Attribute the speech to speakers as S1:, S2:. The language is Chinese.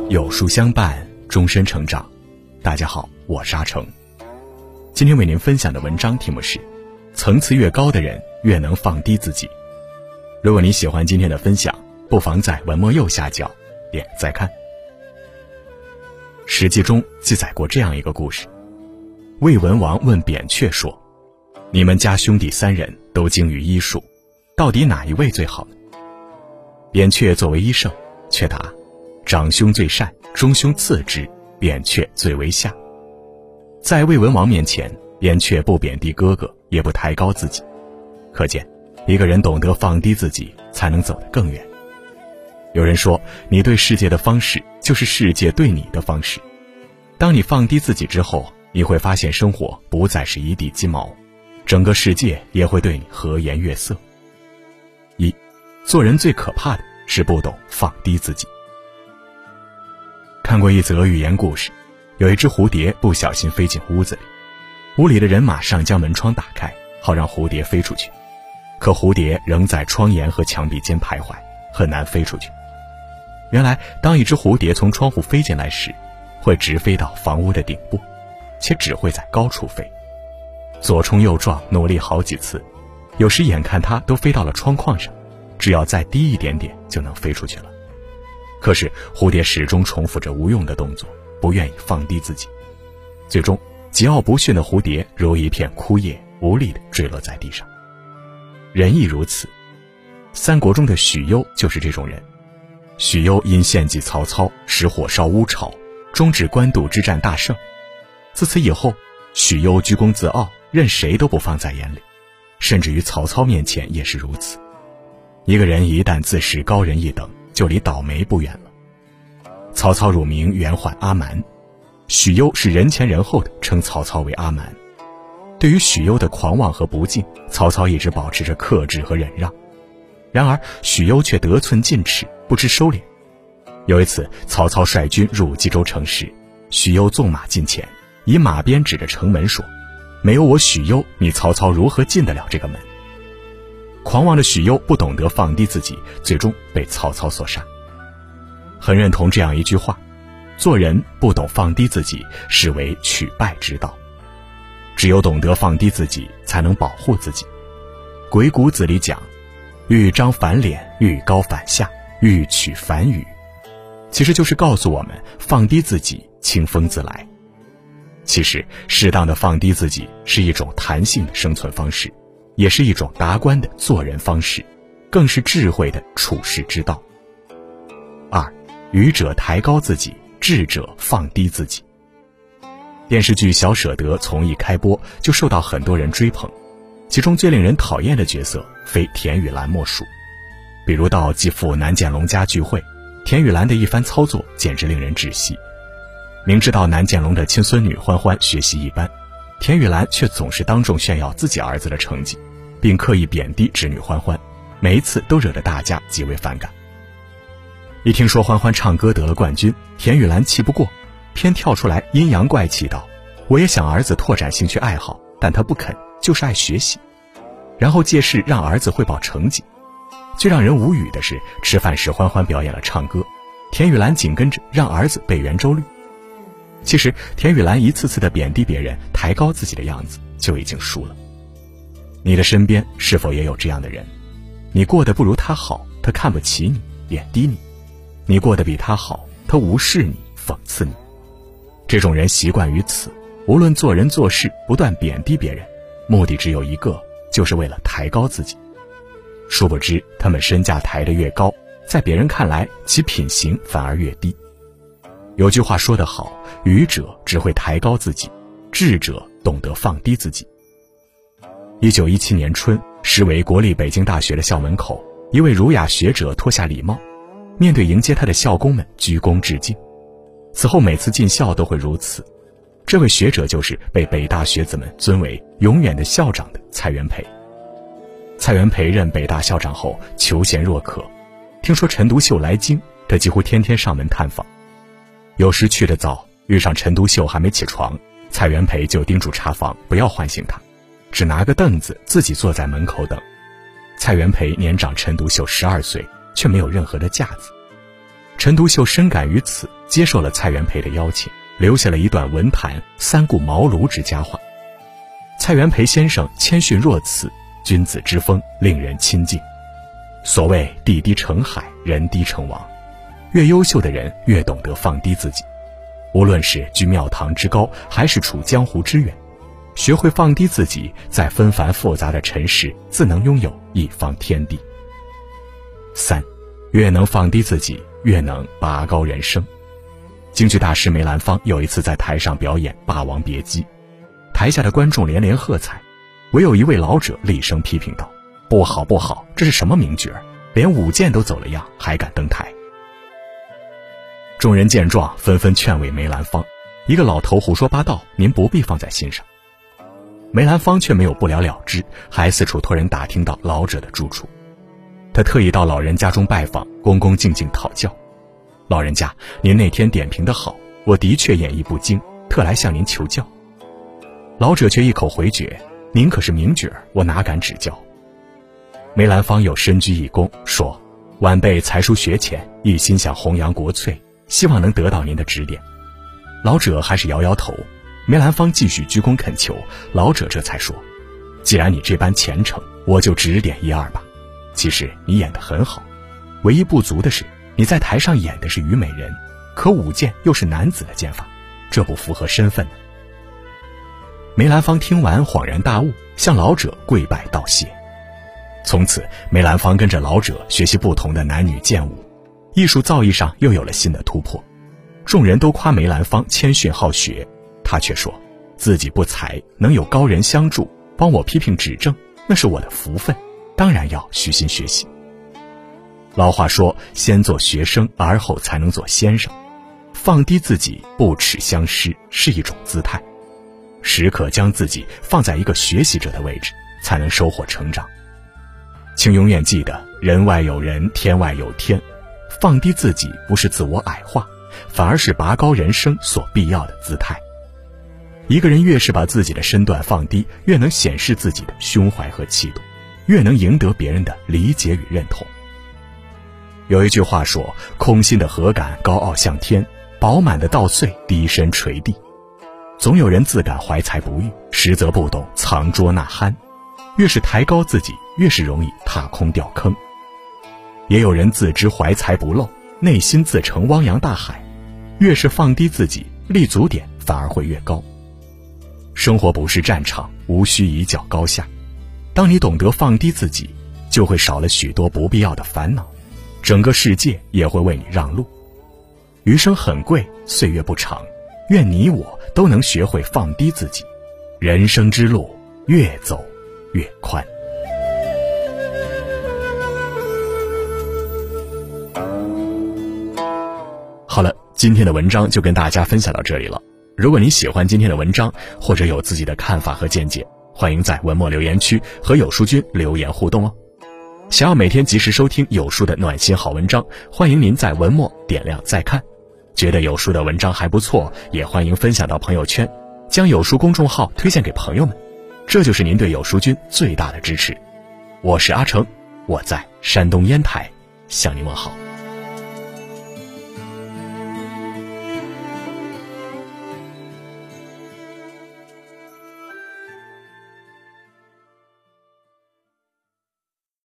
S1: 有书相伴，终身成长。大家好，我是阿成。今天为您分享的文章题目是：层次越高的人越能放低自己。如果你喜欢今天的分享，不妨在文末右下角点再看。史记中记载过这样一个故事：魏文王问扁鹊说，你们家兄弟3人都精于医术，到底哪一位最好呢？扁鹊作为医圣，却答：长兄最善，中兄次之，扁鹊最为下。在魏文王面前，扁鹊不贬低哥哥，也不抬高自己。可见一个人懂得放低自己，才能走得更远。有人说，你对世界的方式就是世界对你的方式。当你放低自己之后，你会发现生活不再是一地鸡毛，整个世界也会对你和颜悦色。做人最可怕的是不懂放低自己。看过一则寓言故事，有一只蝴蝶不小心飞进屋子里，屋里的人马上将门窗打开，好让蝴蝶飞出去。可蝴蝶仍在窗沿和墙壁间徘徊，很难飞出去。原来，当一只蝴蝶从窗户飞进来时，会直飞到房屋的顶部，且只会在高处飞。左冲右撞，努力好几次，有时眼看它都飞到了窗框上，只要再低一点点就能飞出去了。可是蝴蝶始终重复着无用的动作，不愿意放低自己。最终桀骜不驯的蝴蝶如一片枯叶，无力地坠落在地上。人亦如此。三国中的许攸就是这种人。许攸因献计曹操，使火烧乌巢，终至官渡之战大胜。自此以后，许攸居功自傲，任谁都不放在眼里，甚至于曹操面前也是如此。一个人一旦自视高人一等，就离倒霉不远了。曹操乳名袁焕阿瞒，许攸是人前人后的称曹操为阿瞒。对于许攸的狂妄和不敬，曹操一直保持着克制和忍让。然而许攸却得寸进尺，不知收敛。有一次，曹操率军入冀州城时，许攸纵马近前，以马鞭指着城门说，没有我许攸，你曹操如何进得了这个门？狂妄的许攸不懂得放低自己，最终被曹操所杀。很认同这样一句话：做人不懂放低自己，是为取败之道。只有懂得放低自己，才能保护自己。鬼谷子里讲，欲张反脸，欲高反下，欲取反羽，其实就是告诉我们，放低自己，清风自来。其实适当的放低自己是一种弹性的生存方式，也是一种达观的做人方式，更是智慧的处世之道。2. 愚者抬高自己，智者放低自己。电视剧《小舍得》从一开播就受到很多人追捧，其中最令人讨厌的角色非田雨岚莫属。比如到继父南建龙家聚会，田雨岚的一番操作简直令人窒息。明知道南建龙的亲孙女欢欢学习一般，田雨岚却总是当众炫耀自己儿子的成绩，并刻意贬低侄女欢欢，每一次都惹得大家极为反感。一听说欢欢唱歌得了冠军，田雨岚气不过，偏跳出来阴阳怪气道，我也想儿子拓展兴趣爱好，但他不肯，就是爱学习。然后借势让儿子汇报成绩。最让人无语的是，吃饭时欢欢表演了唱歌，田雨岚紧跟着让儿子背圆周率。其实田雨岚一次次的贬低别人，抬高自己的样子就已经输了。你的身边是否也有这样的人？你过得不如他好，他看不起你，贬低你；你过得比他好，他无视你，讽刺你。这种人习惯于此，无论做人做事，不断贬低别人，目的只有一个，就是为了抬高自己。殊不知他们身价抬得越高，在别人看来其品行反而越低。有句话说得好，愚者只会抬高自己，智者懂得放低自己。1917年春，时为国立北京大学的校门口，一位儒雅学者脱下礼帽，面对迎接他的校工们鞠躬致敬。此后每次进校都会如此。这位学者就是被北大学子们尊为永远的校长的蔡元培。蔡元培任北大校长后求贤若渴，听说陈独秀来京，他几乎天天上门探访。有时去得早，遇上陈独秀还没起床，蔡元培就叮嘱茶房不要唤醒他，只拿个凳子自己坐在门口等。蔡元培年长陈独秀12岁，却没有任何的架子。 陈独秀深感于此，接受了蔡元培的邀请，留下了一段文坛三顾茅庐之佳话。蔡元培先生谦逊若此，君子之风令人亲近。所谓地低成海，人低成王，越优秀的人越懂得放低自己。无论是居庙堂之高，还是处江湖之远，学会放低自己，在纷繁复杂的尘世自能拥有一方天地。3，越能放低自己，越能拔高人生。京剧大师梅兰芳有一次在台上表演《霸王别姬》，台下的观众连连喝彩，唯有一位老者厉声批评道：“不好不好，这是什么名角儿？连舞剑都走了样，还敢登台？”众人见状，纷纷劝慰梅兰芳：“一个老头胡说八道，您不必放在心上。”梅兰芳却没有不了了之，还四处托人打听到老者的住处。他特意到老人家中拜访，恭恭敬敬讨教：“老人家，您那天点评的好，我的确演绎不精，特来向您求教。”老者却一口回绝：“您可是名角，我哪敢指教。”梅兰芳又深鞠一躬，说：“晚辈才疏学浅，一心想弘扬国粹，希望能得到您的指点。”老者还是摇摇头。梅兰芳继续鞠躬恳求，老者这才说：“既然你这般虔诚，我就指点一二吧。其实你演得很好，唯一不足的是你在台上演的是虞美人，可舞剑又是男子的剑法，这不符合身份呢。”梅兰芳听完恍然大悟，向老者跪拜道谢。从此，梅兰芳跟着老者学习不同的男女剑舞，艺术造诣上又有了新的突破。众人都夸梅兰芳谦逊好学，他却说自己不才，能有高人相助，帮我批评指正，那是我的福分，当然要虚心学习。老话说，先做学生，而后才能做先生。放低自己，不耻相师，是一种姿态。时刻将自己放在一个学习者的位置，才能收获成长。请永远记得，人外有人，天外有天。放低自己不是自我矮化，反而是拔高人生所必要的姿态。一个人越是把自己的身段放低，越能显示自己的胸怀和气度，越能赢得别人的理解与认同。有一句话说，空心的禾秆高傲向天，饱满的稻穗低身垂地。总有人自感怀才不遇，实则不懂藏拙纳憨。越是抬高自己，越是容易踏空掉坑。也有人自知怀才不露，内心自成汪洋大海。越是放低自己，立足点反而会越高。生活不是战场，无需一较高下。当你懂得放低自己，就会少了许多不必要的烦恼，整个世界也会为你让路。余生很贵，岁月不长，愿你我都能学会放低自己，人生之路越走越宽。好了，今天的文章就跟大家分享到这里了。如果你喜欢今天的文章，或者有自己的看法和见解，欢迎在文末留言区和有书君留言互动哦。想要每天及时收听有书的暖心好文章，欢迎您在文末点亮再看。觉得有书的文章还不错，也欢迎分享到朋友圈，将有书公众号推荐给朋友们，这就是您对有书君最大的支持。我是阿成，我在山东烟台向您问好。